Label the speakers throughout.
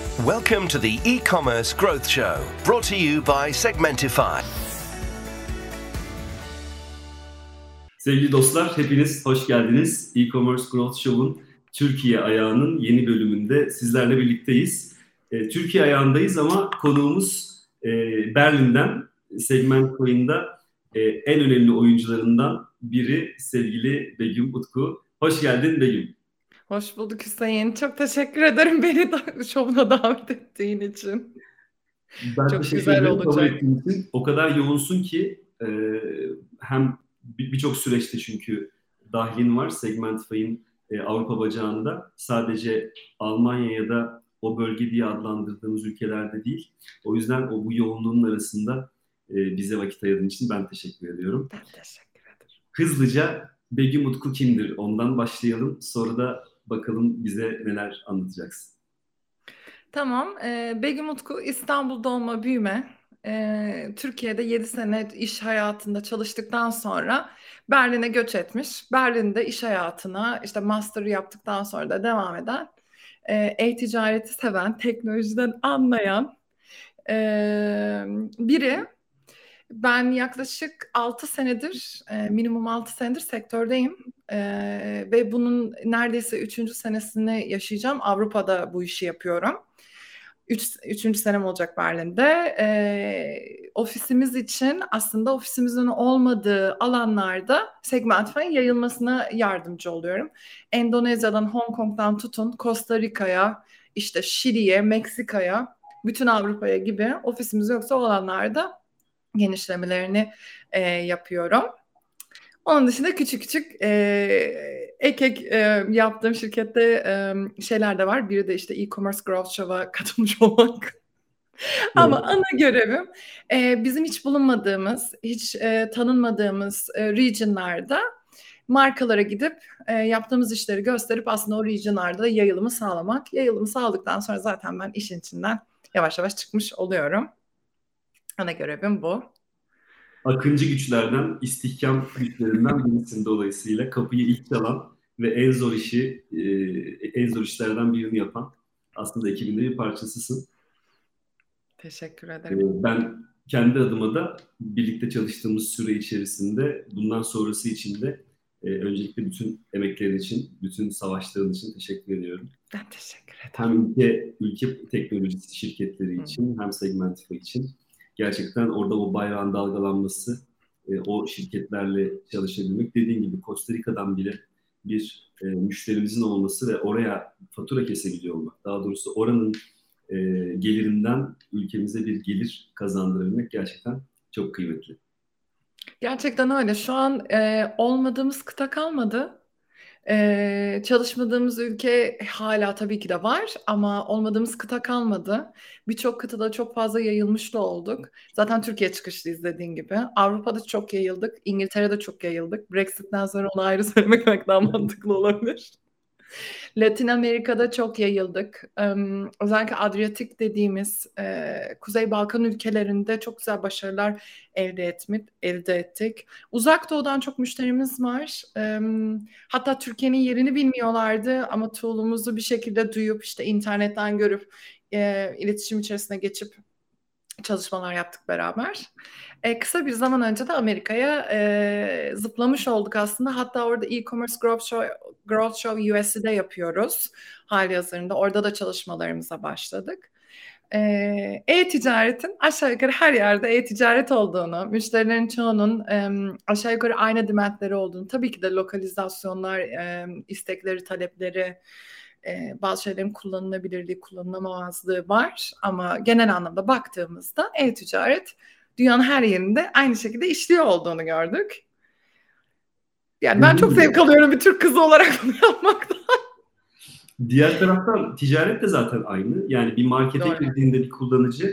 Speaker 1: Welcome to the E-Commerce Growth Show, brought to you by Segmentify.
Speaker 2: Sevgili dostlar, hepiniz hoş geldiniz. E-Commerce Growth Show'un Türkiye ayağının yeni bölümünde sizlerle birlikteyiz. Türkiye ayağındayız ama konuğumuz Berlin'den, Segmentify'ın da en önemli oyuncularından biri sevgili Begüm Utku. Hoş geldin Begüm.
Speaker 3: Hoş bulduk Hüseyin. Çok teşekkür ederim beni şovuna davet ettiğin için.
Speaker 2: Ben
Speaker 3: çok
Speaker 2: teşekkür
Speaker 3: güzel
Speaker 2: ederim
Speaker 3: olacak.
Speaker 2: kabul ettiğin için. O kadar yoğunsun ki hem birçok süreçte çünkü dahlin var Segmentify'ın Avrupa bacağında. Sadece Almanya ya da o bölge diye adlandırdığımız ülkelerde değil. O yüzden bu yoğunluğun arasında bize vakit ayırdığın için ben teşekkür ediyorum.
Speaker 3: Ben teşekkür ederim.
Speaker 2: Hızlıca Begüm Utku kimdir? Ondan başlayalım. Sonra da bakalım bize neler anlatacaksın.
Speaker 3: Tamam. Begüm Utku İstanbul doğma büyüme. Türkiye'de 7 sene iş hayatında çalıştıktan sonra Berlin'e göç etmiş. Berlin'de iş hayatına işte master yaptıktan sonra da devam eden, e-ticareti seven, teknolojiden anlayan biri. Ben yaklaşık 6 senedir, minimum 6 senedir sektördeyim. Ve bunun neredeyse 3. senesini yaşayacağım. Avrupa'da bu işi yapıyorum. 3. senem olacak Berlin'de. Ofisimiz için aslında ofisimizin olmadığı alanlarda Segmentify'ın yayılmasına yardımcı oluyorum. Endonezya'dan, Hong Kong'dan tutun, Costa Rica'ya, işte Şili'ye, Meksika'ya, bütün Avrupa'ya gibi ofisimiz yoksa o alanlarda genişlemelerini yapıyorum. Onun dışında küçük küçük ek yaptığım şirkette şeyler de var. Biri de işte E-Commerce Growth Show'a katılmış olmak. Ama ana görevim bizim hiç bulunmadığımız, hiç tanınmadığımız regionlarda markalara gidip yaptığımız işleri gösterip aslında o regionlarda yayılımı sağlamak. Yayılımı sağladıktan sonra zaten ben işin içinden yavaş yavaş çıkmış oluyorum. Ana görevim bu.
Speaker 2: Akıncı güçlerden, istihkam güçlerinden birisin dolayısıyla kapıyı ilk çalan ve en zor işlerden birini yapan aslında ekibinde bir parçasısın.
Speaker 3: Teşekkür ederim.
Speaker 2: Ben kendi adıma da birlikte çalıştığımız süre içerisinde bundan sonrası için de öncelikle bütün emeklerin için, bütün savaşların için teşekkür ediyorum.
Speaker 3: Ben teşekkür ederim.
Speaker 2: Hem ülke teknolojisi şirketleri için hem Segmentify için. Gerçekten orada o bayrağın dalgalanması, o şirketlerle çalışabilmek, dediğim gibi Costa Rica'dan bile bir müşterimizin olması ve oraya fatura kesebiliyor olmak, daha doğrusu oranın gelirinden ülkemize bir gelir kazandırabilmek gerçekten çok kıymetli.
Speaker 3: Gerçekten öyle. Şu an olmadığımız kıta kalmadı. Çalışmadığımız ülke hala tabii ki de var ama olmadığımız kıta kalmadı. Birçok kıtada çok fazla yayılmış da olduk. Zaten Türkiye çıkışlıyız dediğin gibi. Avrupa'da çok yayıldık. İngiltere'de çok yayıldık. Brexit'ten sonra onu ayrı söylemek daha mantıklı olabilir. Latin Amerika'da çok yayıldık. Özellikle Adriyatik dediğimiz Kuzey Balkan ülkelerinde çok güzel başarılar elde ettik. Uzak Doğu'dan çok müşterimiz var. Hatta Türkiye'nin yerini bilmiyorlardı ama tool'umuzu bir şekilde duyup işte internetten görüp iletişim içerisine geçip çalışmalar yaptık beraber. Kısa bir zaman önce de Amerika'ya zıplamış olduk aslında. Hatta orada E-Commerce Growth Show US'de yapıyoruz halihazırda. Orada da çalışmalarımıza başladık. E-ticaretin aşağı yukarı her yerde e-ticaret olduğunu, müşterilerin çoğunun aşağı yukarı aynı demandleri olduğunu, tabii ki de lokalizasyonlar, istekleri, talepleri, bazı şeylerin kullanılabilirliği, kullanılamazlığı var ama genel anlamda baktığımızda e-ticaret dünyanın her yerinde aynı şekilde işliyor olduğunu gördük. Yani ben çok zevk alıyorum bir Türk kızı olarak bunu yapmaktan.
Speaker 2: Diğer taraftan ticaret de zaten aynı. Yani bir markete girdiğinde bir kullanıcı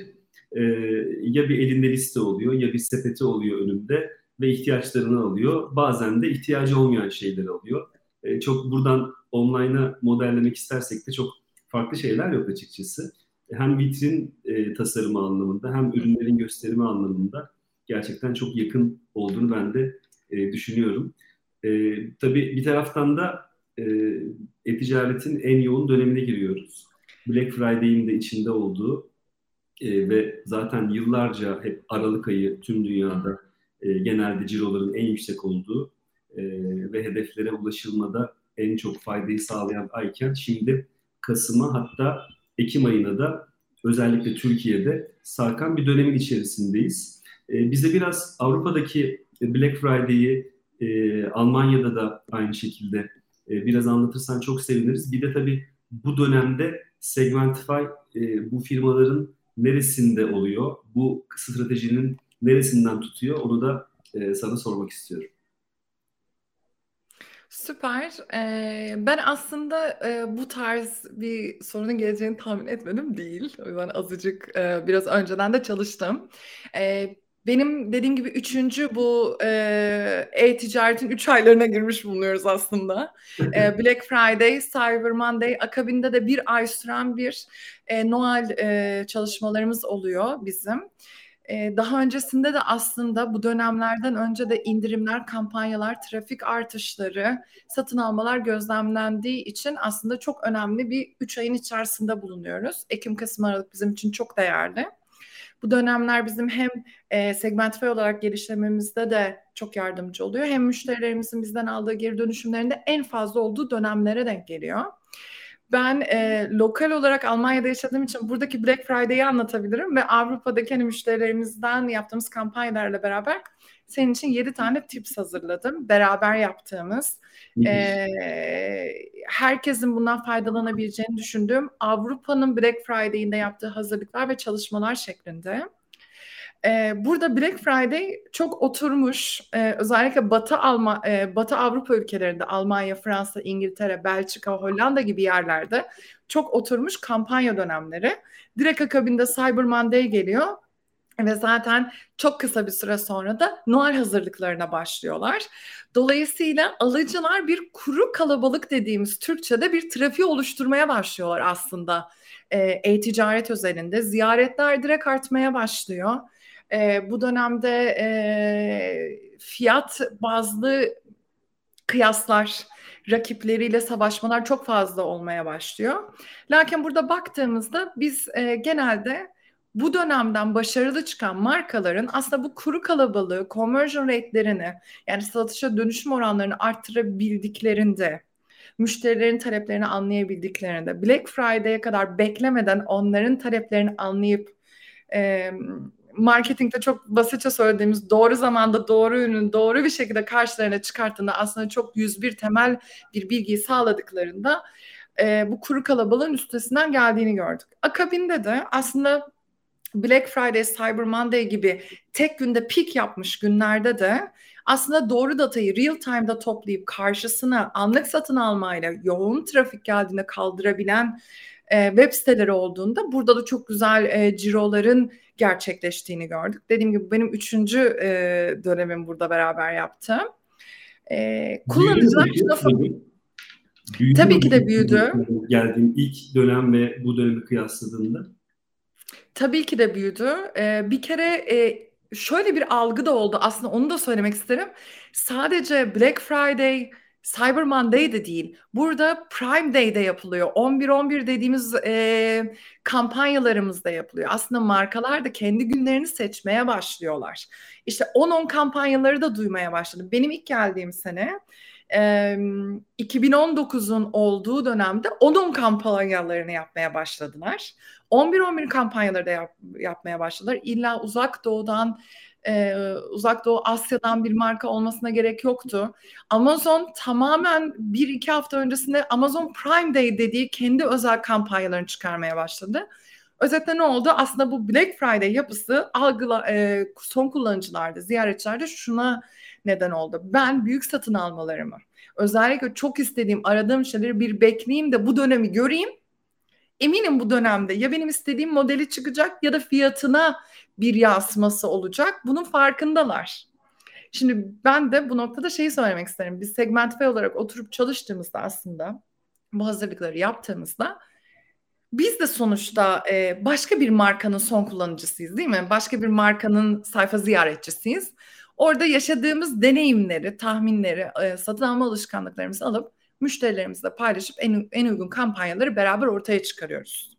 Speaker 2: ya bir elinde liste oluyor ya bir sepeti oluyor önünde ve ihtiyaçlarını alıyor. Bazen de ihtiyacı olmayan şeyleri alıyor. Çok buradan online'a modellemek istersek de çok farklı şeyler yok açıkçası. Hem vitrin tasarımı anlamında hem ürünlerin gösterimi anlamında gerçekten çok yakın olduğunu ben de düşünüyorum. Tabii bir taraftan da e-ticaretin en yoğun dönemine giriyoruz. Black Friday'in de içinde olduğu ve zaten yıllarca hep Aralık ayı tüm dünyada genelde ciroların en yüksek olduğu ve hedeflere ulaşılmada en çok faydayı sağlayan ayken şimdi Kasım'a, hatta Ekim ayına da özellikle Türkiye'de sarkan bir dönemin içerisindeyiz. Bize biraz Avrupa'daki Black Friday'i, Almanya'da da aynı şekilde biraz anlatırsan çok seviniriz. Bir de tabii bu dönemde Segmentify bu firmaların neresinde oluyor? Bu stratejinin neresinden tutuyor? Onu da sana sormak istiyorum.
Speaker 3: Süper. Ben aslında bu tarz bir sorunun geleceğini tahmin etmedim değil. O yüzden azıcık biraz önceden de çalıştım. Benim dediğim gibi üçüncü bu e-ticaretin 3 aylarına girmiş bulunuyoruz aslında. Black Friday, Cyber Monday, akabinde de bir ay süren bir Noel çalışmalarımız oluyor bizim. Daha öncesinde de aslında bu dönemlerden önce de indirimler, kampanyalar, trafik artışları, satın almalar gözlemlendiği için aslında çok önemli bir 3 ayın içerisinde bulunuyoruz. Ekim, Kasım, Aralık bizim için çok değerli. Bu dönemler bizim hem Segmentify olarak geliştirmemizde de çok yardımcı oluyor. Hem müşterilerimizin bizden aldığı geri dönüşümlerinde en fazla olduğu dönemlere denk geliyor. Ben lokal olarak Almanya'da yaşadığım için buradaki Black Friday'i anlatabilirim ve Avrupa'daki hani müşterilerimizden yaptığımız kampanyalarla beraber senin için 7 tane tips hazırladım. Beraber yaptığımız, herkesin bundan faydalanabileceğini düşündüğüm Avrupa'nın Black Friday'inde yaptığı hazırlıklar ve çalışmalar şeklinde. Burada Black Friday çok oturmuş, özellikle Batı Avrupa ülkelerinde, Almanya, Fransa, İngiltere, Belçika, Hollanda gibi yerlerde çok oturmuş kampanya dönemleri. Direkt akabinde Cyber Monday geliyor ve zaten çok kısa bir süre sonra da Noel hazırlıklarına başlıyorlar. Dolayısıyla alıcılar bir kuru kalabalık dediğimiz Türkçe'de bir trafiği oluşturmaya başlıyorlar aslında. E-ticaret özelinde ziyaretler direkt artmaya başlıyor. Bu dönemde fiyat bazlı kıyaslar, rakipleriyle savaşmalar çok fazla olmaya başlıyor. Lakin burada baktığımızda biz genelde bu dönemden başarılı çıkan markaların aslında bu kuru kalabalığı, conversion rate'lerini, yani satışa dönüşüm oranlarını arttırabildiklerinde, müşterilerin taleplerini anlayabildiklerinde, Black Friday'e kadar beklemeden onların taleplerini anlayıp marketingde çok basitçe söylediğimiz doğru zamanda doğru ürünü doğru bir şekilde karşılarına çıkarttığında aslında çok 101 temel bir bilgiyi sağladıklarında bu kuru kalabalığın üstesinden geldiğini gördük. Akabinde de aslında Black Friday, Cyber Monday gibi tek günde peak yapmış günlerde de aslında doğru datayı real time'da toplayıp karşısına anlık satın almayla yoğun trafik geldiğinde kaldırabilen web siteleri olduğunda burada da çok güzel ciroların gerçekleştiğini gördük. Dediğim gibi benim 3. dönemim burada beraber yaptım. Kullanıcılar tabii ki de büyüdü.
Speaker 2: Geldiğin ilk dönem ve bu dönemi kıyasladığında.
Speaker 3: Tabii ki de büyüdü. Bir kere şöyle bir algı da oldu. Aslında onu da söylemek isterim. Sadece Black Friday, Cyber Monday de değil. Burada Prime Day'de yapılıyor. 11-11 dediğimiz kampanyalarımız da yapılıyor. Aslında markalar da kendi günlerini seçmeye başlıyorlar. İşte 10-10 kampanyaları da duymaya başladım. Benim ilk geldiğim sene 2019'un olduğu dönemde 10-10 kampanyalarını yapmaya başladılar. 11-11 kampanyaları da yapmaya başladılar. İlla Uzak Doğu'dan, Uzak Doğu Asya'dan bir marka olmasına gerek yoktu. Amazon tamamen 1-2 hafta öncesinde Amazon Prime Day dediği kendi özel kampanyalarını çıkarmaya başladı. Özetle ne oldu? Aslında bu Black Friday yapısı son kullanıcılarda, ziyaretçilerde şuna neden oldu. Ben büyük satın almalarımı, özellikle çok istediğim, aradığım şeyleri bir bekleyeyim de bu dönemi göreyim. Eminim bu dönemde ya benim istediğim modeli çıkacak ya da fiyatına bir yansıması olacak. Bunun farkındalar. Şimdi ben de bu noktada şeyi söylemek isterim. Biz Segmentify olarak oturup çalıştığımızda aslında bu hazırlıkları yaptığımızda biz de sonuçta başka bir markanın son kullanıcısıyız değil mi? Başka bir markanın sayfa ziyaretçisiyiz. Orada yaşadığımız deneyimleri, tahminleri, satın alma alışkanlıklarımızı alıp müşterilerimizle paylaşıp en uygun kampanyaları beraber ortaya çıkarıyoruz.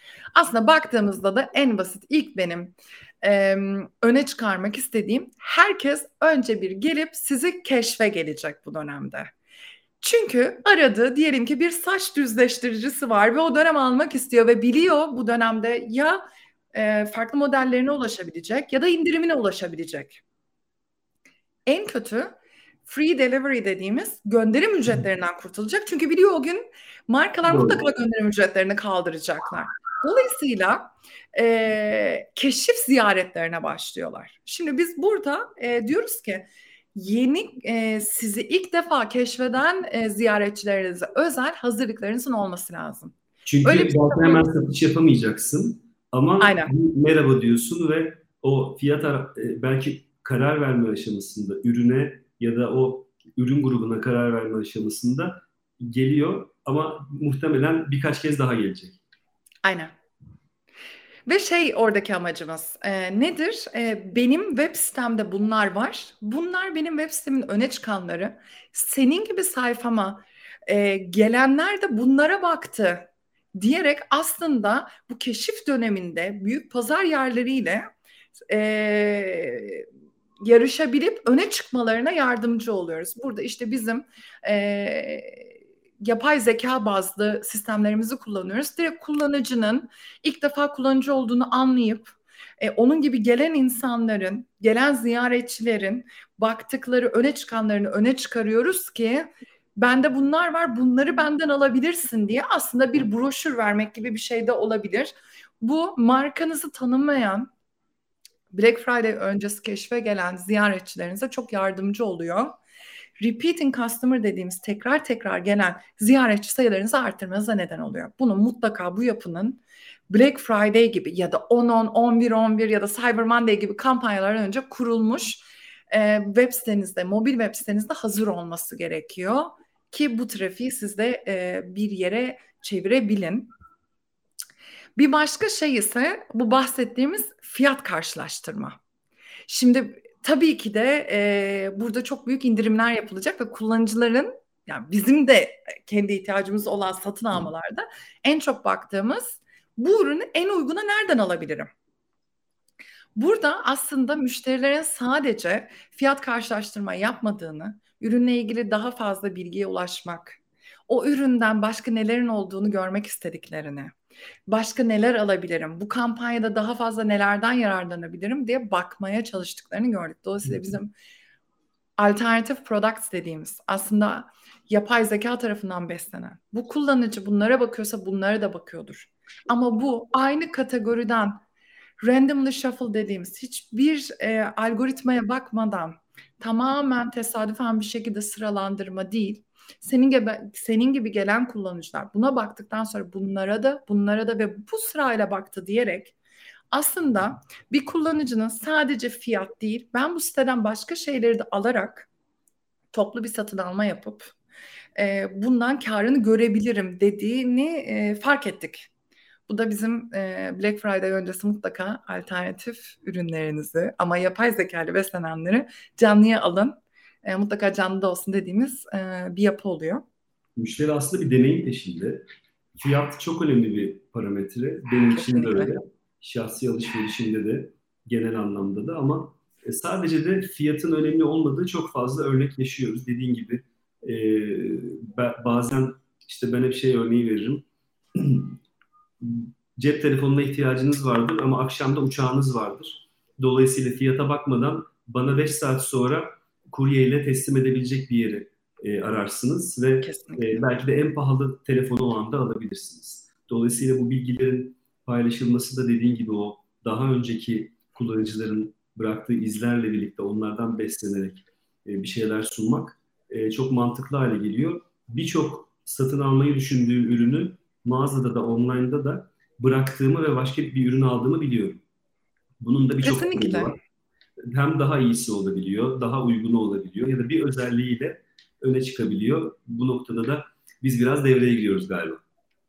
Speaker 3: Aslında baktığımızda da en basit ilk benim öne çıkarmak istediğim, herkes önce bir gelip sizi keşfe gelecek bu dönemde. Çünkü aradığı diyelim ki bir saç düzleştiricisi var ve o dönem almak istiyor ve biliyor bu dönemde ya farklı modellerine ulaşabilecek ya da indirimine ulaşabilecek. En kötü free delivery dediğimiz gönderim ücretlerinden kurtulacak. Çünkü biliyor o gün markalar mutlaka gönderim ücretlerini kaldıracaklar. Dolayısıyla keşif ziyaretlerine başlıyorlar. Şimdi biz burada diyoruz ki yeni sizi ilk defa keşfeden ziyaretçilerinize özel hazırlıklarınızın olması lazım.
Speaker 2: Çünkü
Speaker 3: öyle bir
Speaker 2: zaten hemen satış yapamayacaksın ama
Speaker 3: Aynen.
Speaker 2: merhaba diyorsun ve o fiyat belki karar verme aşamasında ürüne ya da o ürün grubuna karar verme aşamasında geliyor ama muhtemelen birkaç kez daha gelecek.
Speaker 3: Aynen. Ve oradaki amacımız nedir? Benim web sitemde bunlar var. Bunlar benim web sitemin öne çıkanları. Senin gibi sayfama gelenler de bunlara baktı diyerek aslında bu keşif döneminde büyük pazar yerleriyle yarışabilip öne çıkmalarına yardımcı oluyoruz. Burada işte bizim yapay zeka bazlı sistemlerimizi kullanıyoruz. Direkt kullanıcının ilk defa kullanıcı olduğunu anlayıp onun gibi gelen insanların, gelen ziyaretçilerin baktıkları öne çıkanlarını öne çıkarıyoruz ki bende bunlar var, bunları benden alabilirsin diye aslında bir broşür vermek gibi bir şey de olabilir. Bu markanızı tanımayan, Black Friday öncesi keşfe gelen ziyaretçilerinize çok yardımcı oluyor. Repeating customer dediğimiz tekrar tekrar gelen ziyaretçi sayılarınızı artırmanıza neden oluyor. Bunu mutlaka bu yapının Black Friday gibi ya da 10-10, 11-11 ya da Cyber Monday gibi kampanyalardan önce kurulmuş web sitenizde, mobil web sitenizde hazır olması gerekiyor ki bu trafiği siz de bir yere çevirebilin. Bir başka şey ise bu bahsettiğimiz fiyat karşılaştırma. Şimdi tabii ki de burada çok büyük indirimler yapılacak ve kullanıcıların, yani bizim de kendi ihtiyacımız olan satın almalarda en çok baktığımız bu ürünü en uyguna nereden alabilirim? Burada aslında müşterilerin sadece fiyat karşılaştırma yapmadığını, ürünle ilgili daha fazla bilgiye ulaşmak, o üründen başka nelerin olduğunu görmek istediklerini, başka neler alabilirim, bu kampanyada daha fazla nelerden yararlanabilirim diye bakmaya çalıştıklarını gördük. Dolayısıyla bizim alternative products dediğimiz aslında yapay zeka tarafından beslenen, bu kullanıcı bunlara bakıyorsa bunlara da bakıyordur. Ama bu aynı kategoriden randomly shuffle dediğimiz hiçbir algoritmaya bakmadan tamamen tesadüfen bir şekilde sıralandırma değil. Senin gibi gelen kullanıcılar buna baktıktan sonra bunlara da ve bu sırayla baktı diyerek aslında bir kullanıcının sadece fiyat değil, ben bu siteden başka şeyleri de alarak toplu bir satın alma yapıp bundan karını görebilirim dediğini fark ettik. Bu da bizim Black Friday öncesi mutlaka alternatif ürünlerinizi ama yapay zeka ile beslenenleri canlıya alın. Mutlaka canlıda olsun dediğimiz bir yapı oluyor.
Speaker 2: Müşteri aslında bir deneyim peşinde. Fiyat çok önemli bir parametre. Benim için de öyle. Şahsi alışverişimde de genel anlamda da ama sadece de fiyatın önemli olmadığı çok fazla örnek yaşıyoruz. Dediğin gibi bazen işte ben hep örneği veririm. Cep telefonuna ihtiyacınız vardır ama akşamda uçağınız vardır. Dolayısıyla fiyata bakmadan bana 5 saat sonra kuryeyle teslim edebilecek bir yeri ararsınız ve belki de en pahalı telefonu o anda alabilirsiniz. Dolayısıyla bu bilgilerin paylaşılması da dediğin gibi o daha önceki kullanıcıların bıraktığı izlerle birlikte onlardan beslenerek bir şeyler sunmak çok mantıklı hale geliyor. Birçok satın almayı düşündüğüm ürünü mağazada da online'da da bıraktığımı ve başka bir ürün aldığımı biliyorum. Bunun da birçok
Speaker 3: Kesinlikle
Speaker 2: var. Hem daha iyisi olabiliyor, daha uygunu olabiliyor ya da bir özelliğiyle öne çıkabiliyor. Bu noktada da biz biraz devreye giriyoruz galiba.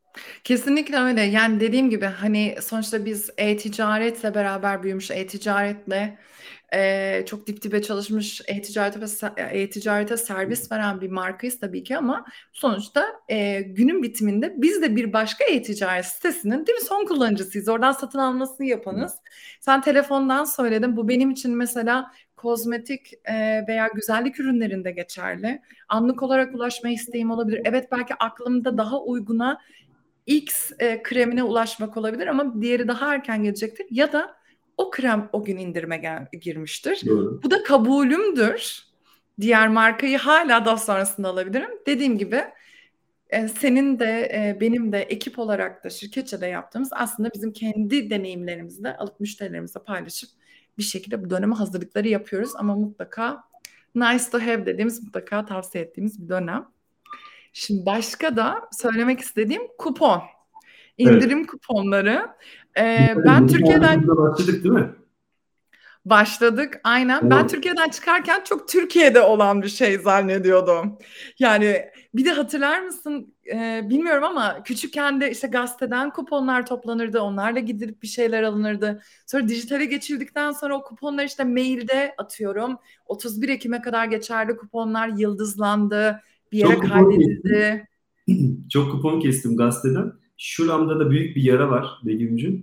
Speaker 3: Kesinlikle öyle. Yani dediğim gibi hani sonuçta biz e-ticaretle beraber büyümüş, e-ticaretle çok dip dibe çalışmış, e-ticarete servis veren bir markayız tabii ki ama sonuçta günün bitiminde biz de bir başka e-ticaret sitesinin değil mi son kullanıcısıyız. Oradan satın almasını yapanız. Sen telefondan söyledin. Bu benim için mesela kozmetik veya güzellik ürünlerinde geçerli. Anlık olarak ulaşma isteğim olabilir. Evet belki aklımda daha uyguna X kremine ulaşmak olabilir ama diğeri daha erken gelecektir. Ya da o krem o gün indirime girmiştir.
Speaker 2: Doğru.
Speaker 3: Bu da kabulümdür. Diğer markayı hala daha sonrasında alabilirim. Dediğim gibi senin de benim de ekip olarak da şirketçe de yaptığımız aslında bizim kendi deneyimlerimizi de alıp müşterilerimizle paylaşıp bir şekilde bu döneme hazırlıkları yapıyoruz. Ama mutlaka nice to have dediğimiz mutlaka tavsiye ettiğimiz bir dönem. Şimdi başka da söylemek istediğim kupon. İndirim kuponları. Ben Türkiye'den
Speaker 2: başladık değil mi?
Speaker 3: başladık. Aynen.
Speaker 2: Evet.
Speaker 3: Ben Türkiye'den çıkarken çok Türkiye'de olan bir şey zannediyordum. Yani bir de hatırlar mısın bilmiyorum ama küçükken de işte gazeteden kuponlar toplanırdı. Onlarla gidip bir şeyler alınırdı. Sonra dijitale geçirdikten sonra o kuponlar işte mailde atıyorum. 31 Ekim'e kadar geçerli kuponlar yıldızlandı. Bir yere kaydedildi.
Speaker 2: Çok kupon kestim gazeteden. Şuramda da büyük bir yara var Begüm'cüğüm.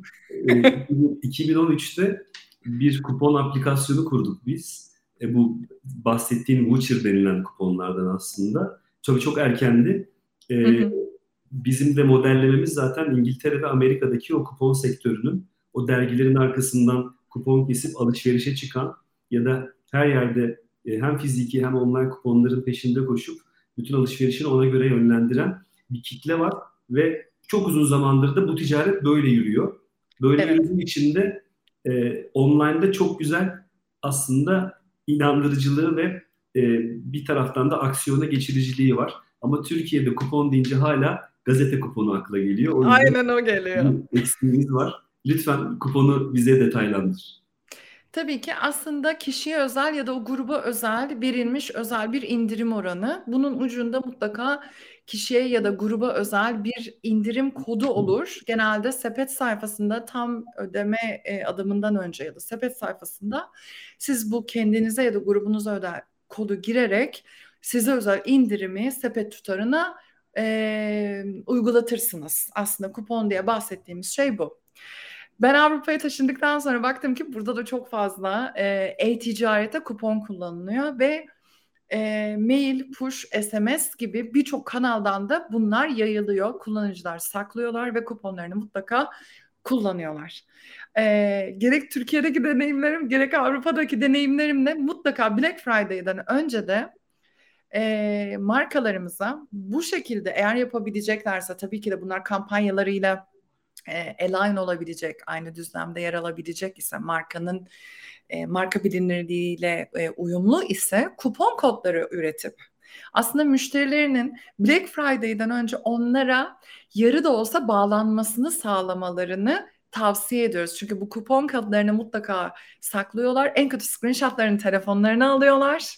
Speaker 2: 2013'te bir kupon aplikasyonu kurduk biz. Bu bahsettiğin voucher denilen kuponlardan aslında. Tabii çok erkendi. Bizim de modellememiz zaten İngiltere ve Amerika'daki o kupon sektörünün o dergilerin arkasından kupon kesip alışverişe çıkan ya da her yerde hem fiziki hem online kuponların peşinde koşup bütün alışverişini ona göre yönlendiren bir kitle var ve çok uzun zamandır da bu ticaret böyle yürüyor. Böyle yürüdüğü için de online'da çok güzel aslında inandırıcılığı ve bir taraftan da aksiyona geçiriciliği var. Ama Türkiye'de kupon deyince hala gazete kuponu akla geliyor. O yüzden
Speaker 3: aynen o geliyor.
Speaker 2: bir eksiğimiz var. Lütfen kuponu bize detaylandır.
Speaker 3: Tabii ki aslında kişiye özel ya da o gruba özel verilmiş özel bir indirim oranı. Bunun ucunda mutlaka kişiye ya da gruba özel bir indirim kodu olur. Genelde sepet sayfasında tam ödeme adımından önce ya da sepet sayfasında siz bu kendinize ya da grubunuza özel kodu girerek size özel indirimi sepet tutarına uygulatırsınız. Aslında kupon diye bahsettiğimiz şey bu. Ben Avrupa'ya taşındıktan sonra baktım ki burada da çok fazla e-ticarete kupon kullanılıyor ve mail, push, SMS gibi birçok kanaldan da bunlar yayılıyor. Kullanıcılar saklıyorlar ve kuponlarını mutlaka kullanıyorlar. Gerek Türkiye'deki deneyimlerim, gerek Avrupa'daki deneyimlerimle mutlaka Black Friday'den önce de markalarımıza bu şekilde eğer yapabileceklerse tabii ki de bunlar kampanyalarıyla align olabilecek, aynı düzlemde yer alabilecek ise markanın marka bilinirliğiyle uyumlu ise kupon kodları üretip aslında müşterilerinin Black Friday'den önce onlara yarı da olsa bağlanmasını sağlamalarını tavsiye ediyoruz. Çünkü bu kupon kodlarını mutlaka saklıyorlar. En kötü screenshotlarını telefonlarına alıyorlar.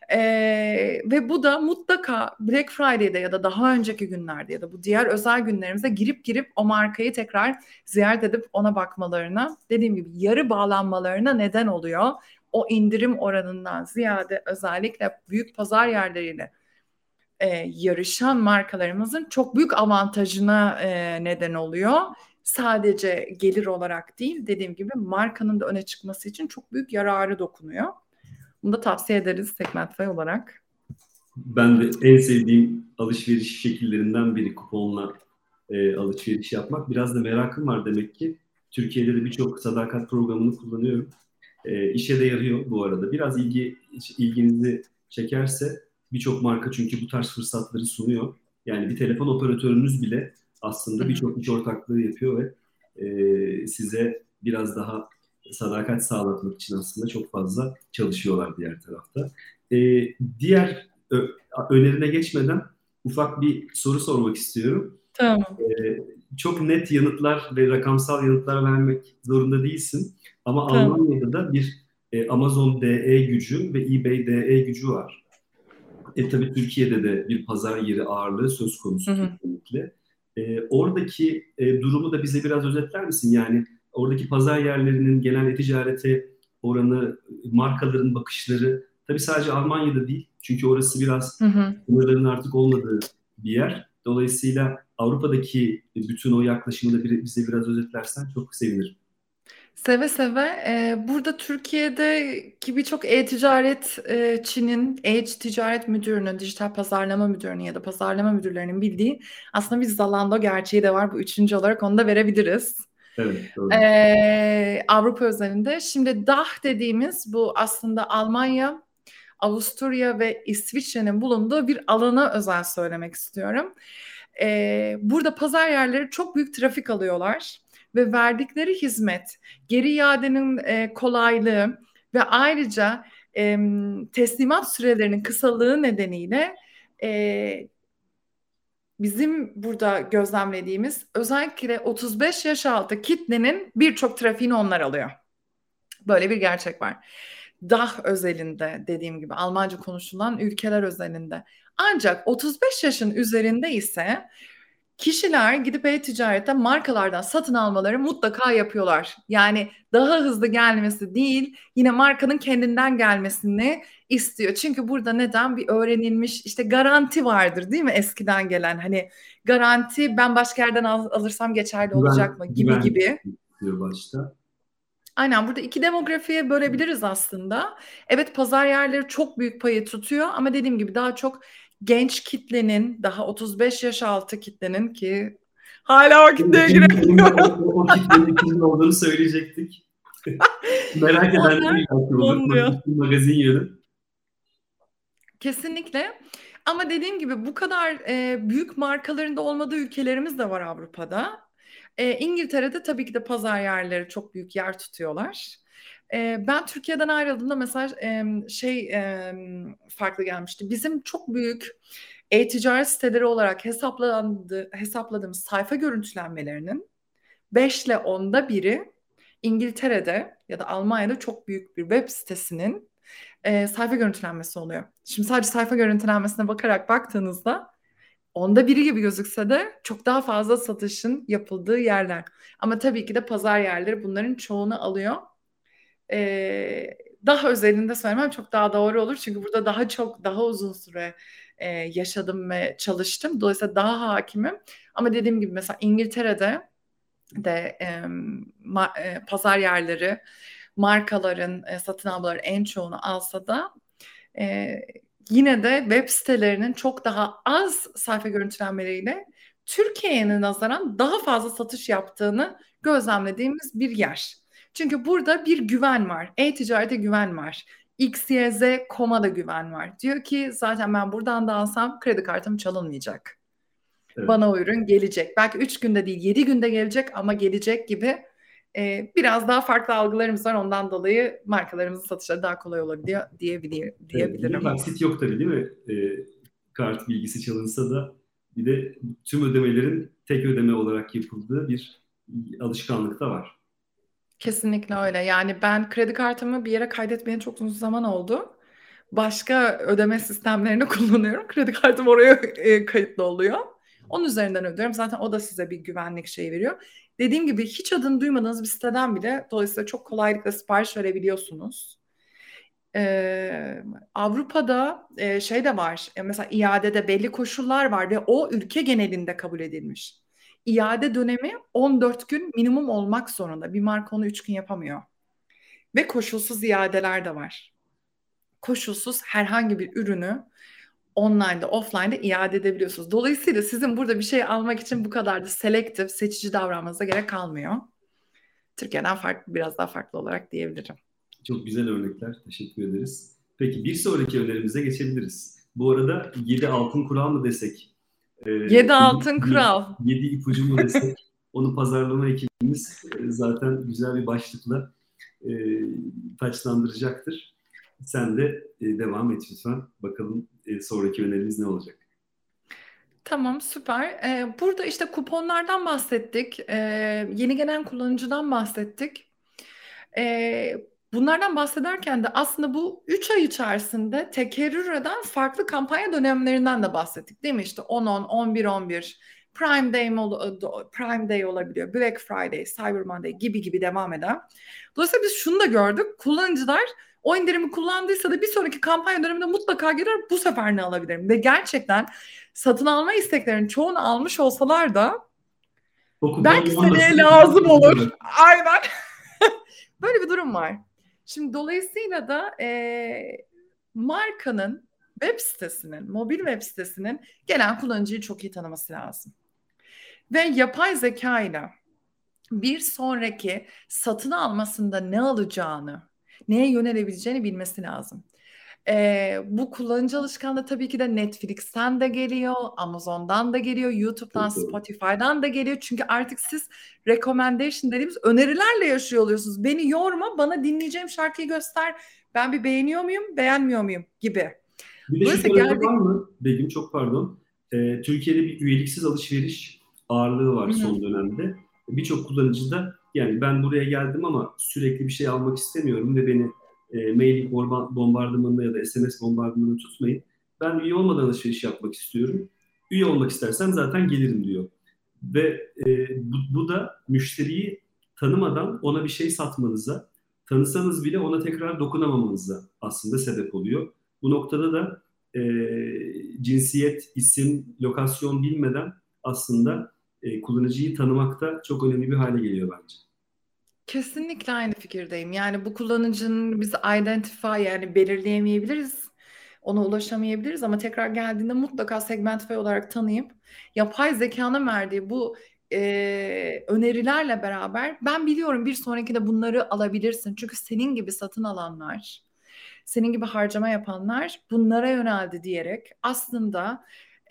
Speaker 3: Ve bu da mutlaka Black Friday'de ya da daha önceki günlerde ya da bu diğer özel günlerimizde girip o markayı tekrar ziyaret edip ona bakmalarına, dediğim gibi yarı bağlanmalarına neden oluyor. O indirim oranından ziyade özellikle büyük pazar yerleriyle yarışan markalarımızın çok büyük avantajına neden oluyor. Sadece gelir olarak değil, dediğim gibi markanın da öne çıkması için çok büyük yararı dokunuyor. Bunu da tavsiye ederiz Segmentify olarak.
Speaker 2: Ben de en sevdiğim alışveriş şekillerinden biri kuponla alışveriş yapmak. Biraz da merakım var demek ki. Türkiye'de de birçok sadakat programını kullanıyorum. İşe de yarıyor bu arada. Biraz ilginizi çekerse birçok marka çünkü bu tarz fırsatları sunuyor. Yani bir telefon operatörünüz bile aslında birçok iş ortaklığı yapıyor ve size biraz daha sadakat sağlatmak için aslında çok fazla çalışıyorlar diğer tarafta. Diğer önerine geçmeden ufak bir soru sormak istiyorum.
Speaker 3: Tamam.
Speaker 2: Çok net yanıtlar ve rakamsal yanıtlar vermek zorunda değilsin. Ama tamam. Almanya'da da bir Amazon DE gücü ve eBay DE gücü var. Tabii Türkiye'de de bir pazar yeri ağırlığı söz konusu kesinlikle. Oradaki durumu da bize biraz özetler misin? Yani oradaki pazar yerlerinin genel e-ticarete oranı, markaların bakışları, tabii sadece Almanya'da değil. Çünkü orası biraz
Speaker 3: Hı hı.
Speaker 2: sınırların artık olmadığı bir yer. Dolayısıyla Avrupa'daki bütün o yaklaşımı da bize biraz özetlersen çok sevinirim.
Speaker 3: Seve seve. Burada Türkiye'deki birçok e-ticaretçinin, e-ticaret müdürünün, dijital pazarlama müdürünün ya da pazarlama müdürlerinin bildiği aslında bir Zalando gerçeği de var. Bu üçüncü olarak onu da verebiliriz.
Speaker 2: Evet, doğru.
Speaker 3: Avrupa özelinde. Şimdi DACH dediğimiz bu aslında Almanya, Avusturya ve İsviçre'nin bulunduğu bir alana özel söylemek istiyorum. Burada pazar yerleri çok büyük trafik alıyorlar ve verdikleri hizmet, geri iadenin kolaylığı ve ayrıca teslimat sürelerinin kısalığı nedeniyle bizim burada gözlemlediğimiz özellikle 35 yaş altı kitlenin birçok trafiğini onlar alıyor. Böyle bir gerçek var. DACH özelinde dediğim gibi Almanca konuşulan ülkeler özelinde. Ancak 35 yaşın üzerinde ise kişiler gidip e-ticarette markalardan satın almaları mutlaka yapıyorlar. Yani daha hızlı gelmesi değil, yine markanın kendinden gelmesini istiyor. Çünkü burada neden? Bir öğrenilmiş işte garanti vardır değil mi eskiden gelen? Hani garanti ben başka yerden alırsam geçerli olacak mı gibi gibi.
Speaker 2: Diyor başta.
Speaker 3: Aynen burada iki demografiye bölebiliriz aslında. Evet pazar yerleri çok büyük payı tutuyor ama dediğim gibi daha çok genç kitlenin, daha 35 yaş altı kitlenin ki hala o kitleye giremiyorum.
Speaker 2: O kitlenin kimde olduğunu söyleyecektik. Merak edenler olur. Magazin yönü.
Speaker 3: Kesinlikle. Ama dediğim gibi bu kadar büyük markalarında olmadığı ülkelerimiz de var Avrupa'da. İngiltere'de tabii ki de pazar yerleri çok büyük yer tutuyorlar. Ben Türkiye'den ayrıldığımda mesela farklı gelmişti. Bizim çok büyük e-ticaret siteleri olarak hesapladığımız sayfa görüntülenmelerinin 5 ile 10'da biri İngiltere'de ya da Almanya'da çok büyük bir web sitesinin sayfa görüntülenmesi oluyor. Şimdi sadece sayfa görüntülenmesine baktığınızda 10'da biri gibi gözükse de çok daha fazla satışın yapıldığı yerler. Ama tabii ki de pazar yerleri bunların çoğunu alıyor. Daha özelinde söylemem çok daha doğru olur. Çünkü burada daha uzun süre yaşadım ve çalıştım. Dolayısıyla daha hakimim. Ama dediğim gibi mesela İngiltere'de de pazar yerleri markaların satın almaları en çoğunu alsa da yine de web sitelerinin çok daha az sayfa görüntülenmeleriyle Türkiye'ye nazaran daha fazla satış yaptığını gözlemlediğimiz bir yer. Çünkü burada bir güven var. E-ticarete güven var. X, Y, Z, da güven var. Diyor ki zaten ben buradan da alsam kredi kartım çalınmayacak. Evet. Bana o ürün gelecek. Belki 3 günde değil 7 günde gelecek ama gelecek gibi biraz daha farklı algılarımız var. Ondan dolayı markalarımızın satışları daha kolay olabiliyor diyebilirim.
Speaker 2: Bir taksit yok tabii değil mi? Kart bilgisi çalınsa da bir de tüm ödemelerin tek ödeme olarak yapıldığı bir alışkanlık da var.
Speaker 3: Kesinlikle öyle. Yani ben kredi kartımı bir yere kaydetmeye çok uzun zaman oldu. Başka ödeme sistemlerini kullanıyorum. Kredi kartım oraya kayıtlı oluyor. Onun üzerinden ödüyorum. Zaten o da size bir güvenlik şeyi veriyor. Dediğim gibi hiç adını duymadığınız bir siteden bile dolayısıyla çok kolaylıkla sipariş verebiliyorsunuz. Avrupa'da şey de var. Mesela iadede belli koşullar var ve o ülke genelinde kabul edilmiş. İade dönemi 14 gün minimum olmak zorunda. Bir marka onu 3 gün yapamıyor. Ve koşulsuz iadeler de var. Koşulsuz herhangi bir ürünü online'da, offline'da iade edebiliyorsunuz. Dolayısıyla sizin burada bir şey almak için bu kadar da selektif, seçici davranmanıza gerek kalmıyor. Türkiye'den biraz daha farklı olarak diyebilirim.
Speaker 2: Çok güzel örnekler. Teşekkür ederiz. Peki bir sonraki önerimize geçebiliriz. Bu arada 7 altın kural mı desek?
Speaker 3: 7 altın kural.
Speaker 2: 7 ipucu mu desek? Onu pazarlama ekibimiz zaten güzel bir başlıkla taçlandıracaktır. Sen de devam et lütfen. Bakalım sonraki önerimiz ne olacak?
Speaker 3: Tamam, süper. Burada işte kuponlardan bahsettik. Yeni gelen kullanıcıdan bahsettik. Bunlardan bahsederken de aslında bu 3 ay içerisinde tekerrür eden farklı kampanya dönemlerinden de bahsettik değil mi? İşte 10-10, 11-11 Prime Day olabiliyor, Black Friday, Cyber Monday gibi devam eden. Dolayısıyla biz şunu da gördük. Kullanıcılar o indirimi kullandıysa da bir sonraki kampanya döneminde mutlaka girer, bu sefer ne alabilirim? Ve gerçekten satın alma isteklerinin çoğunu almış olsalar da belki seneye lazım olur. Aynen. Böyle bir durum var. Şimdi dolayısıyla da markanın web sitesinin, mobil web sitesinin gelen kullanıcıyı çok iyi tanıması lazım. Ve yapay zeka ile bir sonraki satın almasında ne alacağını, neye yönelebileceğini bilmesi lazım. Bu kullanıcı alışkanlığı tabii ki de Netflix'ten de geliyor, Amazon'dan da geliyor, YouTube'dan, Spotify'dan da geliyor. Çünkü artık siz recommendation dediğimiz önerilerle yaşıyor oluyorsunuz. Beni yorma, bana dinleyeceğim şarkıyı göster. Ben bir beğeniyor muyum, beğenmiyor muyum gibi.
Speaker 2: Bir de şu tarafı var mı Begüm, çok pardon. Türkiye'de bir üyeliksiz alışveriş ağırlığı var son dönemde. Birçok kullanıcı da yani ben buraya geldim ama sürekli bir şey almak istemiyorum ve beni mail bombardımanına ya da SMS bombardımanına tutmayın. Ben üye olmadan alışveriş yapmak istiyorum. Üye olmak istersen zaten gelirim diyor. Ve bu da müşteriyi tanımadan ona bir şey satmanıza, tanısanız bile ona tekrar dokunamamanıza aslında sebep oluyor. Bu noktada da cinsiyet, isim, lokasyon bilmeden aslında kullanıcıyı tanımakta çok önemli bir hale geliyor bence.
Speaker 3: Kesinlikle aynı fikirdeyim. Yani bu kullanıcının biz identify, yani belirleyemeyebiliriz. Ona ulaşamayabiliriz ama tekrar geldiğinde mutlaka segmentify olarak tanıyıp yapay zekanın verdiği bu önerilerle beraber ben biliyorum bir sonraki de bunları alabilirsin. Çünkü senin gibi satın alanlar, senin gibi harcama yapanlar bunlara yöneldi diyerek aslında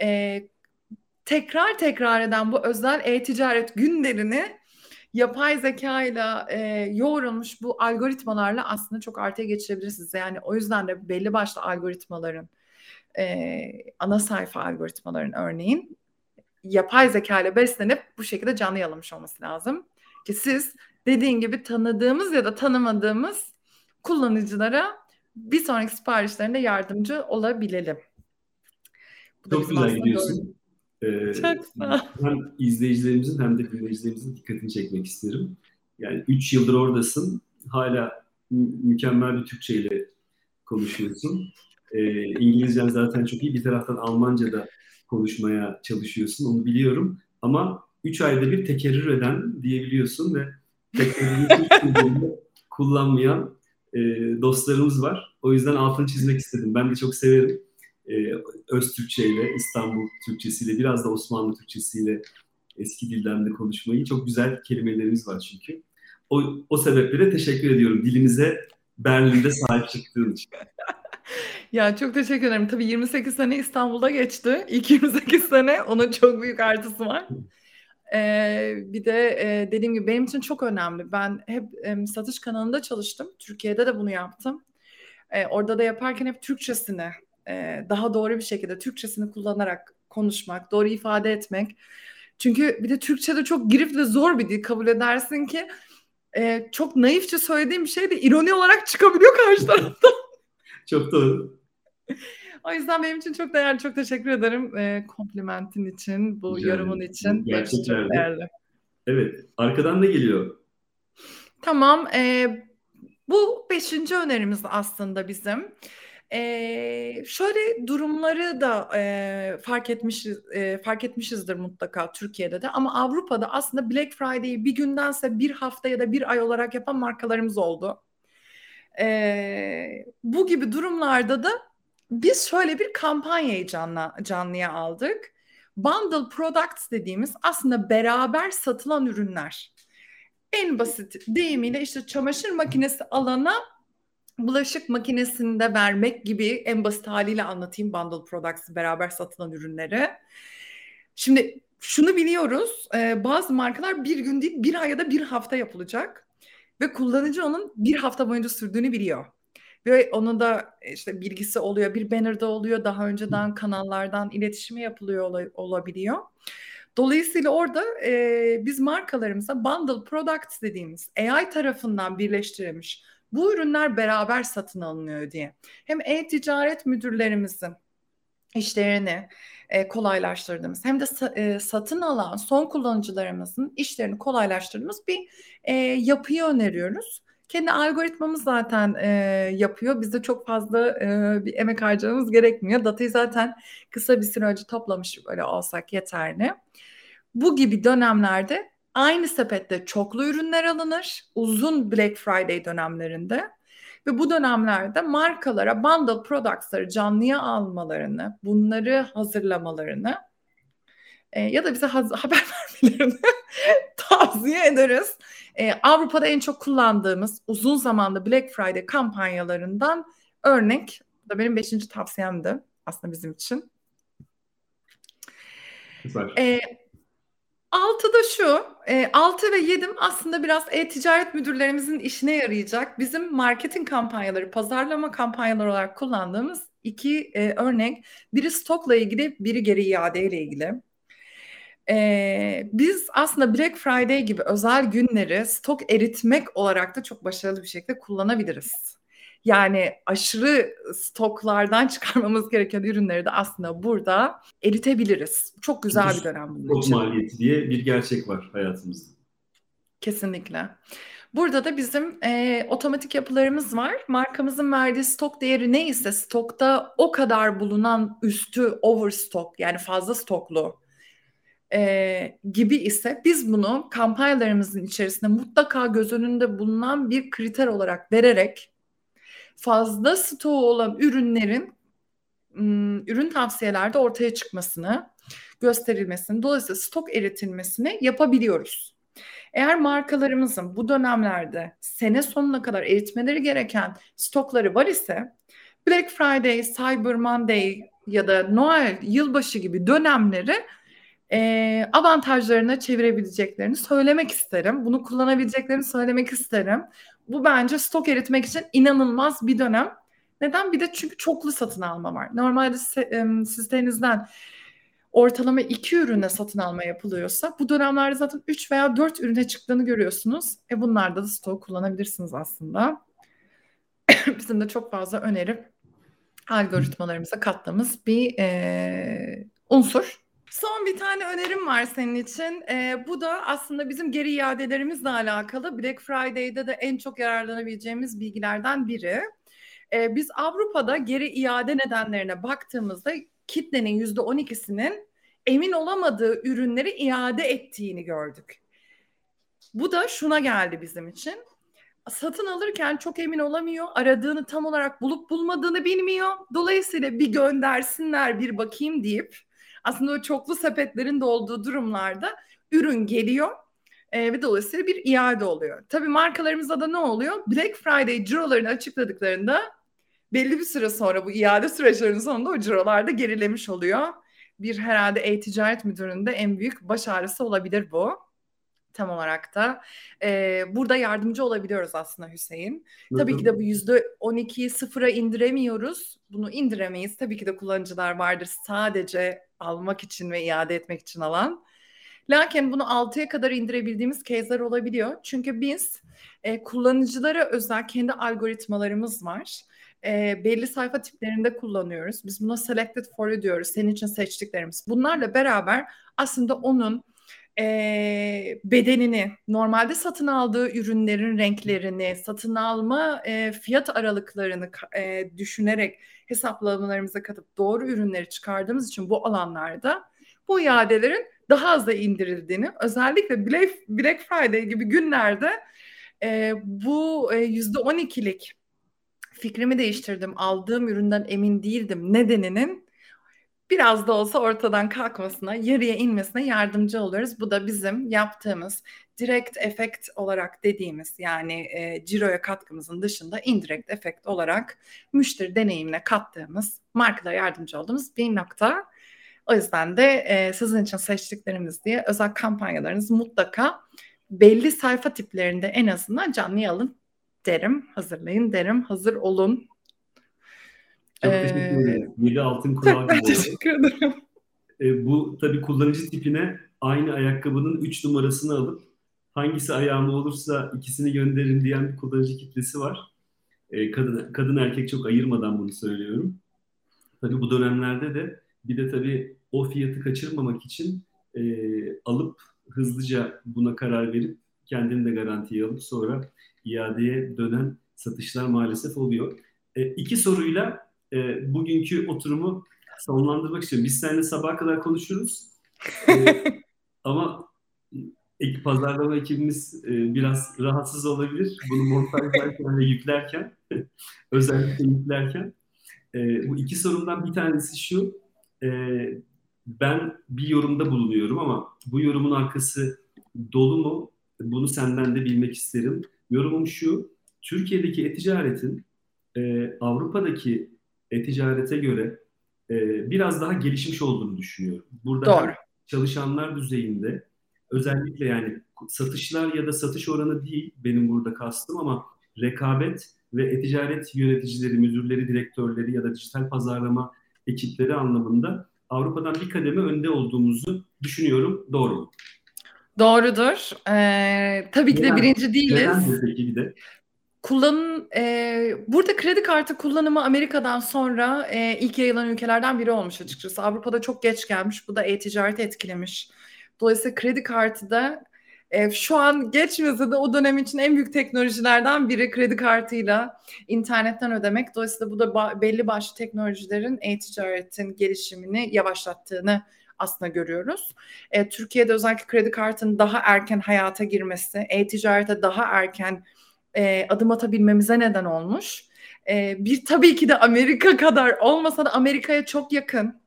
Speaker 3: tekrar eden bu özel e-ticaret günlerini yapay zeka ile yoğrulmuş bu algoritmalarla aslında çok artıya geçirebilirsiniz. Yani o yüzden de belli başlı algoritmaların, ana sayfa algoritmaların örneğin yapay zeka ile beslenip bu şekilde canlı yayılmış olması lazım. Ki siz dediğin gibi tanıdığımız ya da tanımadığımız kullanıcılara bir sonraki siparişlerinde yardımcı olabilelim.
Speaker 2: Çok güzel gidiyorsun.
Speaker 3: Çok sağ ol.
Speaker 2: Hem izleyicilerimizin hem de dinleyicilerimizin dikkatini çekmek isterim. Yani 3 yıldır oradasın. Hala mükemmel bir Türkçe ile konuşuyorsun. İngilizcen zaten çok iyi. Bir taraftan Almanca da konuşmaya çalışıyorsun. Onu biliyorum. Ama 3 ayda bir tekerrür eden diyebiliyorsun ve tekerrürü kullanmayan dostlarımız var. O yüzden altını çizmek istedim. Ben de çok severim. Öztürkçeyle, İstanbul Türkçesiyle, biraz da Osmanlı Türkçesiyle eski dilden de konuşmayı. Çok güzel kelimelerimiz var çünkü. O sebeple teşekkür ediyorum dilimize Berlin'de sahip çıktığın için.
Speaker 3: Ya çok teşekkür ederim. Tabii 28 sene İstanbul'da geçti. İlk 28 sene onun çok büyük artısı var. Bir de dediğim gibi benim için çok önemli. Ben hep satış kanalında çalıştım. Türkiye'de de bunu yaptım. Orada da yaparken hep Türkçesini daha doğru bir şekilde Türkçesini kullanarak konuşmak, doğru ifade etmek. Çünkü bir de Türkçe'de çok girift ve zor bir dil, kabul edersin ki çok naifçe söylediğim bir şey de ironi olarak çıkabiliyor karşı tarafta.
Speaker 2: Çok doğru.
Speaker 3: O yüzden benim için çok değerli. Çok teşekkür ederim komplimentin için, bu yorumun için.
Speaker 2: Gerçekten
Speaker 3: çok değerli.
Speaker 2: Evet. Arkadan ne geliyor?
Speaker 3: Tamam. Bu 5. önerimiz aslında bizim. Şöyle durumları da fark etmişizdir mutlaka Türkiye'de de, ama Avrupa'da aslında Black Friday'i bir gündense bir hafta ya da bir ay olarak yapan markalarımız oldu. Bu gibi durumlarda da biz şöyle bir kampanyayı canlıya aldık. Bundle products dediğimiz aslında beraber satılan ürünler. En basit deyimiyle işte çamaşır makinesi alana bulaşık makinesinde vermek gibi en basit haliyle anlatayım bundle products, beraber satılan ürünleri. Şimdi şunu biliyoruz, bazı markalar bir gün değil bir ay ya da bir hafta yapılacak ve kullanıcı onun bir hafta boyunca sürdüğünü biliyor. Ve onun da işte bilgisi oluyor, bir banner'da oluyor, daha önceden kanallardan iletişime yapılıyor olabiliyor. Dolayısıyla orada biz markalarımıza bundle products dediğimiz AI tarafından birleştirilmiş bu ürünler beraber satın alınıyor diye hem e-ticaret müdürlerimizin işlerini kolaylaştırdığımız hem de satın alan son kullanıcılarımızın işlerini kolaylaştırdığımız bir yapıyı öneriyoruz. Kendi algoritmamız zaten yapıyor. Bizde çok fazla bir emek harcamamız gerekmiyor. Datayı zaten kısa bir süre önce toplamış böyle olsak yeterli. Bu gibi dönemlerde aynı sepette çoklu ürünler alınır. Uzun Black Friday dönemlerinde. Ve bu dönemlerde markalara bundle products'ları canlıya almalarını, bunları hazırlamalarını ya da bize haber vermelerini tavsiye ederiz. Avrupa'da en çok kullandığımız uzun zamanlı Black Friday kampanyalarından örnek. Bu da benim 5. tavsiyemdi aslında bizim için.
Speaker 2: Süper.
Speaker 3: 6 da şu, 6 ve 7 aslında biraz e-ticaret müdürlerimizin işine yarayacak. Bizim marketing kampanyaları, pazarlama kampanyaları olarak kullandığımız 2 örnek. Biri stokla ilgili, biri geri iade ile ilgili. Biz aslında Black Friday gibi özel günleri stok eritmek olarak da çok başarılı bir şekilde kullanabiliriz. Yani aşırı stoklardan çıkarmamız gereken ürünleri de aslında burada eritebiliriz. Çok güzel bir dönem bunun için.
Speaker 2: Stok maliyeti diye bir gerçek var hayatımızda.
Speaker 3: Kesinlikle. Burada da bizim otomatik yapılarımız var. Markamızın verdiği stok değeri neyse stokta o kadar bulunan üstü overstock yani fazla stoklu gibi ise biz bunu kampanyalarımızın içerisinde mutlaka göz önünde bulunan bir kriter olarak vererek fazla stoğu olan ürünlerin ürün tavsiyelerde ortaya çıkmasını, gösterilmesini, dolayısıyla stok eritilmesini yapabiliyoruz. Eğer markalarımızın bu dönemlerde sene sonuna kadar eritmeleri gereken stokları var ise Black Friday, Cyber Monday ya da Noel, yılbaşı gibi dönemleri avantajlarına çevirebileceklerini söylemek isterim. Bunu kullanabileceklerini söylemek isterim. Bu bence stok eritmek için inanılmaz bir dönem. Neden? Bir de çünkü çoklu satın alma var. Normalde sitenizden ortalama 2 ürüne satın alma yapılıyorsa bu dönemlerde zaten 3 veya 4 ürüne çıktığını görüyorsunuz. Bunlarda da stok kullanabilirsiniz aslında. Bizim de çok fazla öneri algoritmalarımıza kattığımız bir unsur. Son bir tane önerim var senin için. Bu da aslında bizim geri iadelerimizle alakalı. Black Friday'de de en çok yararlanabileceğimiz bilgilerden biri. Biz Avrupa'da geri iade nedenlerine baktığımızda kitlenin %12'sinin emin olamadığı ürünleri iade ettiğini gördük. Bu da şuna geldi bizim için. Satın alırken çok emin olamıyor, aradığını tam olarak bulup bulmadığını bilmiyor. Dolayısıyla bir göndersinler, bir bakayım deyip aslında o çoklu sepetlerin de olduğu durumlarda ürün geliyor ve dolayısıyla bir iade oluyor. Tabii markalarımızda da ne oluyor? Black Friday cirolarını açıkladıklarında belli bir süre sonra bu iade süreçlerinin sonunda o cirolar da gerilemiş oluyor. Bir herhalde e-ticaret müdürünün de en büyük baş ağrısı olabilir bu. Tam olarak da burada yardımcı olabiliyoruz aslında Hüseyin. Tabii ki de bu %12'yi sıfıra indiremiyoruz. Bunu indiremeyiz. Tabii ki de kullanıcılar vardır sadece almak için ve iade etmek için alan. Lakin bunu 6'ya kadar indirebildiğimiz case'ler olabiliyor. Çünkü biz kullanıcılara özel kendi algoritmalarımız var. Belli sayfa tiplerinde kullanıyoruz. Biz buna selected for diyoruz. Senin için seçtiklerimiz. Bunlarla beraber aslında onun bedenini, normalde satın aldığı ürünlerin renklerini, satın alma fiyat aralıklarını düşünerek hesaplamalarımıza katıp doğru ürünleri çıkardığımız için bu alanlarda bu iadelerin daha az da indirildiğini, özellikle Black Friday gibi günlerde bu %12'lik fikrimi değiştirdim, aldığım üründen emin değildim nedeninin biraz da olsa ortadan kalkmasına, yarıya inmesine yardımcı oluyoruz. Bu da bizim yaptığımız direkt efekt olarak dediğimiz yani ciroya katkımızın dışında indirekt efekt olarak müşteri deneyimine kattığımız, markalara yardımcı olduğumuz bir nokta. O yüzden de sizin için seçtiklerimiz diye özel kampanyalarınızı mutlaka belli sayfa tiplerinde en azından canlıya alın derim, hazırlayın derim, hazır olun.
Speaker 2: Çok teşekkür ederim. 7 altın kural gibi oldu.
Speaker 3: Teşekkür ederim.
Speaker 2: Bu tabii kullanıcı tipine aynı ayakkabının 3 numarasını alıp hangisi ayağıma olursa ikisini gönderin diyen bir kullanıcı kitlesi var. Kadın erkek çok ayırmadan bunu söylüyorum. Tabii bu dönemlerde de bir de tabii o fiyatı kaçırmamak için alıp hızlıca buna karar verip kendini de garantiye alıp sonra iadeye dönen satışlar maalesef oluyor. İki soruyla bugünkü oturumu sonlandırmak istiyorum. Biz seninle sabaha kadar konuşuruz. Ama pazarlama ekibimiz biraz rahatsız olabilir. Bunu montajlarken ve yüklerken, özellikle yüklerken. Bu iki sorumdan bir tanesi şu. Ben bir yorumda bulunuyorum ama bu yorumun arkası dolu mu? Bunu senden de bilmek isterim. Yorumum şu. Türkiye'deki e-ticaretin Avrupa'daki e-ticarete göre biraz daha gelişmiş olduğunu düşünüyorum. Burada
Speaker 3: Doğru.
Speaker 2: çalışanlar düzeyinde özellikle yani satışlar ya da satış oranı değil benim burada kastım ama rekabet ve e-ticaret yöneticileri, müdürleri, direktörleri ya da dijital pazarlama ekipleri anlamında Avrupa'dan bir kademe önde olduğumuzu düşünüyorum. Doğru mu?
Speaker 3: Doğrudur. Tabii ki de birinci değiliz.
Speaker 2: Neden peki bir de?
Speaker 3: Burada kredi kartı kullanımı Amerika'dan sonra ilk yayılan ülkelerden biri olmuş açıkçası. Avrupa'da çok geç gelmiş. Bu da e-ticareti etkilemiş. Dolayısıyla kredi kartı da şu an geçmese de o dönem için en büyük teknolojilerden biri kredi kartıyla internetten ödemek. Dolayısıyla bu da belli başlı teknolojilerin e-ticaretin gelişimini yavaşlattığını aslında görüyoruz. Türkiye'de özellikle kredi kartının daha erken hayata girmesi, e-ticarete daha erken adım atabilmemize neden olmuş. Bir tabii ki de Amerika kadar olmasa da Amerika'ya çok yakın.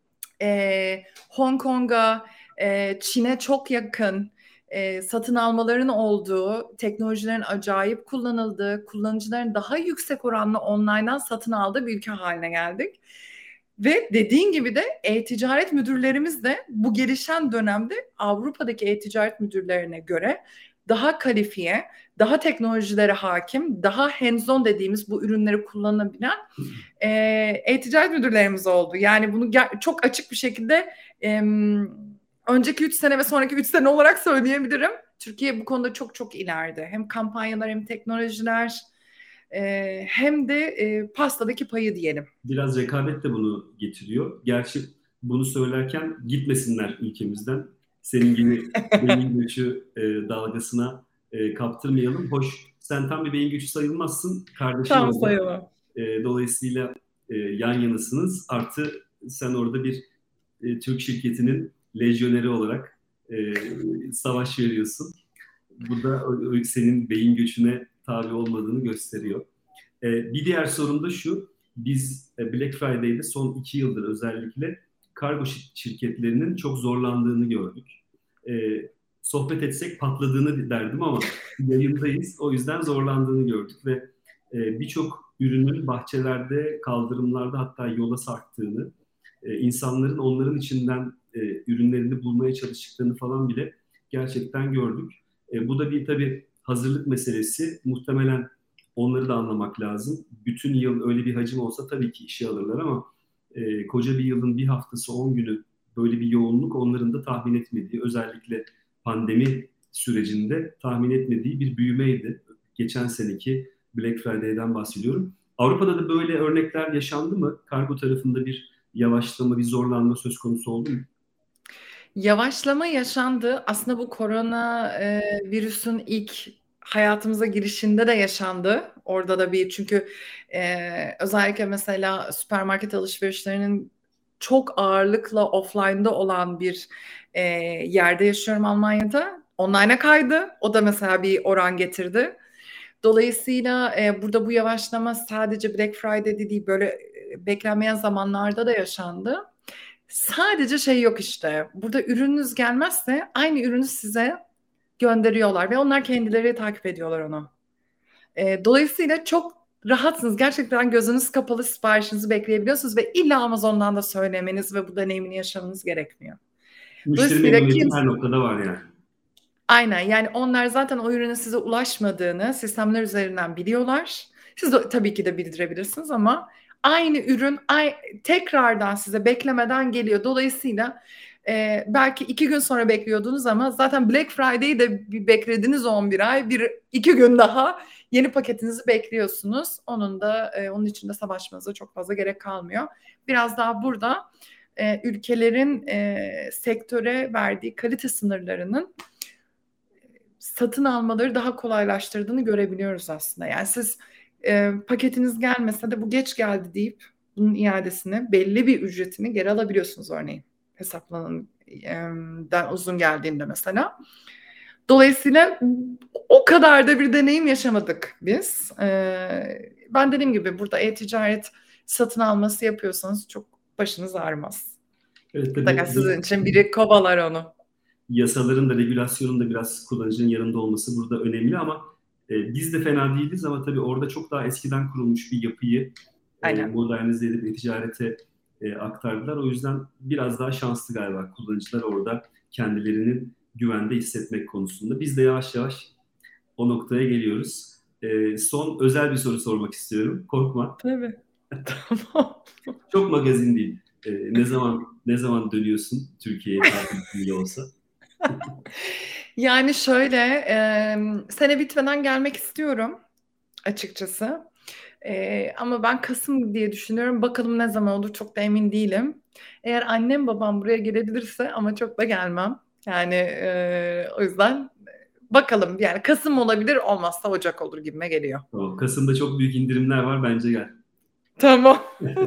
Speaker 3: Hong Kong'a, Çin'e çok yakın satın almaların olduğu, teknolojilerin acayip kullanıldığı, kullanıcıların daha yüksek oranlı online'dan satın aldığı bir ülke haline geldik. Ve dediğin gibi de e-ticaret müdürlerimiz de bu gelişen dönemde Avrupa'daki e-ticaret müdürlerine göre daha kalifiye, daha teknolojilere hakim, daha hands-on dediğimiz bu ürünleri kullanabilen e-ticaret müdürlerimiz oldu. Yani bunu çok açık bir şekilde önceki 3 sene ve sonraki 3 sene olarak söyleyebilirim. Türkiye bu konuda çok çok ileride. Hem kampanyalar hem teknolojiler hem de pastadaki payı diyelim.
Speaker 2: Biraz rekabet de bunu getiriyor. Gerçi bunu söylerken gitmesinler ülkemizden. Senin gibi beyin göçü dalgasına kaptırmayalım. Hoş, sen tam bir beyin göçü sayılmazsın. Kardeşin
Speaker 3: Tam
Speaker 2: orada.
Speaker 3: sayalım.
Speaker 2: Dolayısıyla yan yanasınız. Artı sen orada bir Türk şirketinin lejyoneri olarak savaş veriyorsun. Bu da senin beyin göçüne tabi olmadığını gösteriyor. Bir diğer sorun da şu. Biz Black Friday'de son 2 yıldır özellikle kargo şirketlerinin çok zorlandığını gördük. Sohbet etsek patladığını derdim ama yayındayız. O yüzden zorlandığını gördük ve birçok ürünün bahçelerde, kaldırımlarda hatta yola sarktığını, insanların onların içinden ürünlerini bulmaya çalıştıklarını falan bile gerçekten gördük. Bu da bir tabii hazırlık meselesi. Muhtemelen onları da anlamak lazım. Bütün yıl öyle bir hacim olsa tabii ki işe alırlar ama koca bir yılın bir haftası 10 günü böyle bir yoğunluk onların da tahmin etmediği, özellikle pandemi sürecinde tahmin etmediği bir büyümeydi. Geçen seneki Black Friday'den bahsediyorum. Avrupa'da da böyle örnekler yaşandı mı? Kargo tarafında bir yavaşlama, bir zorlanma söz konusu oldu mu?
Speaker 3: Yavaşlama yaşandı. Aslında bu korona virüsün ilk hayatımıza girişinde de yaşandı. Orada da çünkü özellikle mesela süpermarket alışverişlerinin çok ağırlıkla offline'da olan bir yerde yaşıyorum Almanya'da. Online'a kaydı. O da mesela bir oran getirdi. Dolayısıyla burada bu yavaşlama sadece Black Friday'de değil, böyle beklenmeyen zamanlarda da yaşandı. Sadece şey yok işte. Burada ürününüz gelmezse aynı ürünü size gönderiyorlar ve onlar kendileri takip ediyorlar onu. Dolayısıyla çok rahatsınız. Gerçekten gözünüz kapalı siparişinizi bekleyebiliyorsunuz ve illa Amazon'dan da söylemeniz ve bu deneyimini yaşamanız gerekmiyor.
Speaker 2: Müşteri memnuniyeti her noktada var yani.
Speaker 3: Aynen, yani onlar zaten o ürünün size ulaşmadığını sistemler üzerinden biliyorlar. Siz de tabii ki de bildirebilirsiniz ama aynı ürün tekrardan size beklemeden geliyor. Dolayısıyla Belki 2 gün sonra bekliyordunuz ama zaten Black Friday'i de bir beklediniz 11 ay. 2 gün daha yeni paketinizi bekliyorsunuz. Onun için de savaşmanıza çok fazla gerek kalmıyor. Biraz daha burada ülkelerin sektöre verdiği kalite sınırlarının satın almaları daha kolaylaştırdığını görebiliyoruz aslında. Yani siz paketiniz gelmese de bu geç geldi deyip bunun iadesini, belli bir ücretini geri alabiliyorsunuz örneğin. Hesaplanandan uzun geldiğinde mesela. Dolayısıyla o kadar da bir deneyim yaşamadık biz. Ben dediğim gibi burada e-ticaret satın alması yapıyorsanız çok başınız ağrımaz.
Speaker 2: Evet,
Speaker 3: tabii sizin için biri kovalar onu.
Speaker 2: Yasaların da regülasyonun da biraz kullanıcının yanında olması burada önemli ama biz de fena değiliz ama tabii orada çok daha eskiden kurulmuş bir yapıyı modernize edip e-ticarete aktardılar. O yüzden biraz daha şanslı galiba kullanıcılar orada kendilerini güvende hissetmek konusunda. Biz de yavaş yavaş o noktaya geliyoruz. Son özel bir soru sormak istiyorum. Korkma.
Speaker 3: Tabii. Tamam.
Speaker 2: Çok magazin değil. Ne zaman dönüyorsun Türkiye'ye tatil olsa?
Speaker 3: Yani şöyle sene bitmeden gelmek istiyorum açıkçası. Ama ben Kasım diye düşünüyorum. Bakalım ne zaman olur çok da emin değilim. Eğer annem babam buraya gelebilirse ama çok da gelmem. Yani o yüzden bakalım. Yani Kasım olabilir, olmazsa Ocak olur gibime geliyor.
Speaker 2: Tamam. Kasım'da çok büyük indirimler var. Bence gel.
Speaker 3: Tamam.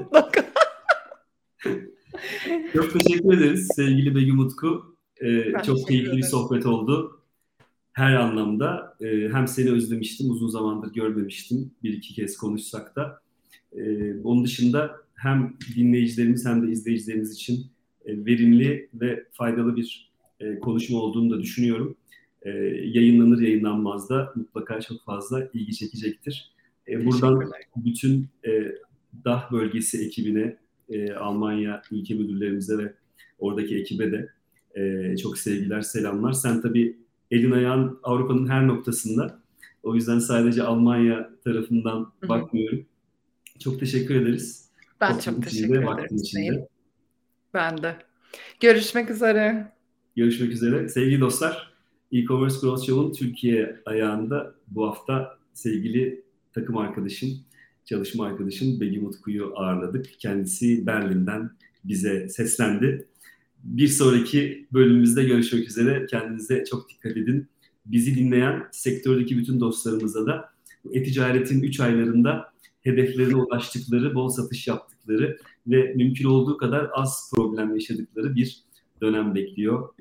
Speaker 2: Çok teşekkür ederiz sevgili Begüm Utku. Çok keyifli bir sohbet oldu. Her anlamda. Hem seni özlemiştim, uzun zamandır görmemiştim. 1-2 kez konuşsak da. Onun dışında hem dinleyicilerimiz hem de izleyicilerimiz için verimli ve faydalı bir konuşma olduğunu da düşünüyorum. Yayınlanır yayınlanmaz da mutlaka çok fazla ilgi çekecektir. Buradan bütün DACH bölgesi ekibine, Almanya ülke müdürlerimize ve oradaki ekibe de çok sevgiler, selamlar. Sen tabii elin ayağın Avrupa'nın her noktasında. O yüzden sadece Almanya tarafından bakmıyorum. Çok teşekkür ederiz.
Speaker 3: Ben çok teşekkür ederim. Ben de. Görüşmek üzere.
Speaker 2: Görüşmek üzere. Sevgili dostlar, e-commerce Growth Show'un Türkiye ayağında bu hafta sevgili takım arkadaşım, çalışma arkadaşım Begüm Utku'yu ağırladık. Kendisi Berlin'den bize seslendi. Bir sonraki bölümümüzde görüşmek üzere. Kendinize çok dikkat edin. Bizi dinleyen sektördeki bütün dostlarımıza da e-ticaretin 3 aylarında hedeflerine ulaştıkları, bol satış yaptıkları ve mümkün olduğu kadar az problem yaşadıkları bir dönem bekliyor.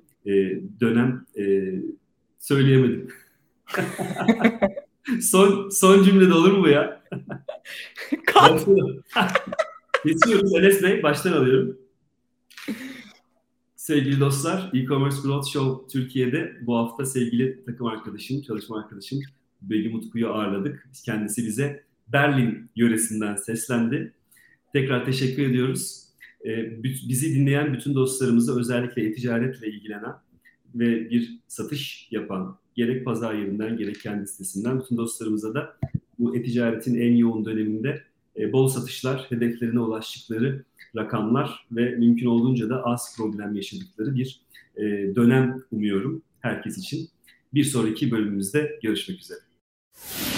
Speaker 2: Söyleyemedim. son cümlede olur mu bu ya? Geçiyoruz. Enes Bey, baştan alıyorum. Sevgili dostlar, e-commerce Growth Show Türkiye'de bu hafta sevgili takım arkadaşım, çalışma arkadaşım Begüm Utku'yu ağırladık. Kendisi bize Berlin yöresinden seslendi. Tekrar teşekkür ediyoruz. Bizi dinleyen bütün dostlarımıza, özellikle e-ticaretle ilgilenen ve bir satış yapan, gerek pazar yerinden gerek kendi sitesinden bütün dostlarımıza da bu e-ticaretin en yoğun döneminde bol satışlar, hedeflerine ulaştıkları rakamlar ve mümkün olduğunca da az problem yaşadıkları bir dönem umuyorum herkes için. Bir sonraki bölümümüzde görüşmek üzere.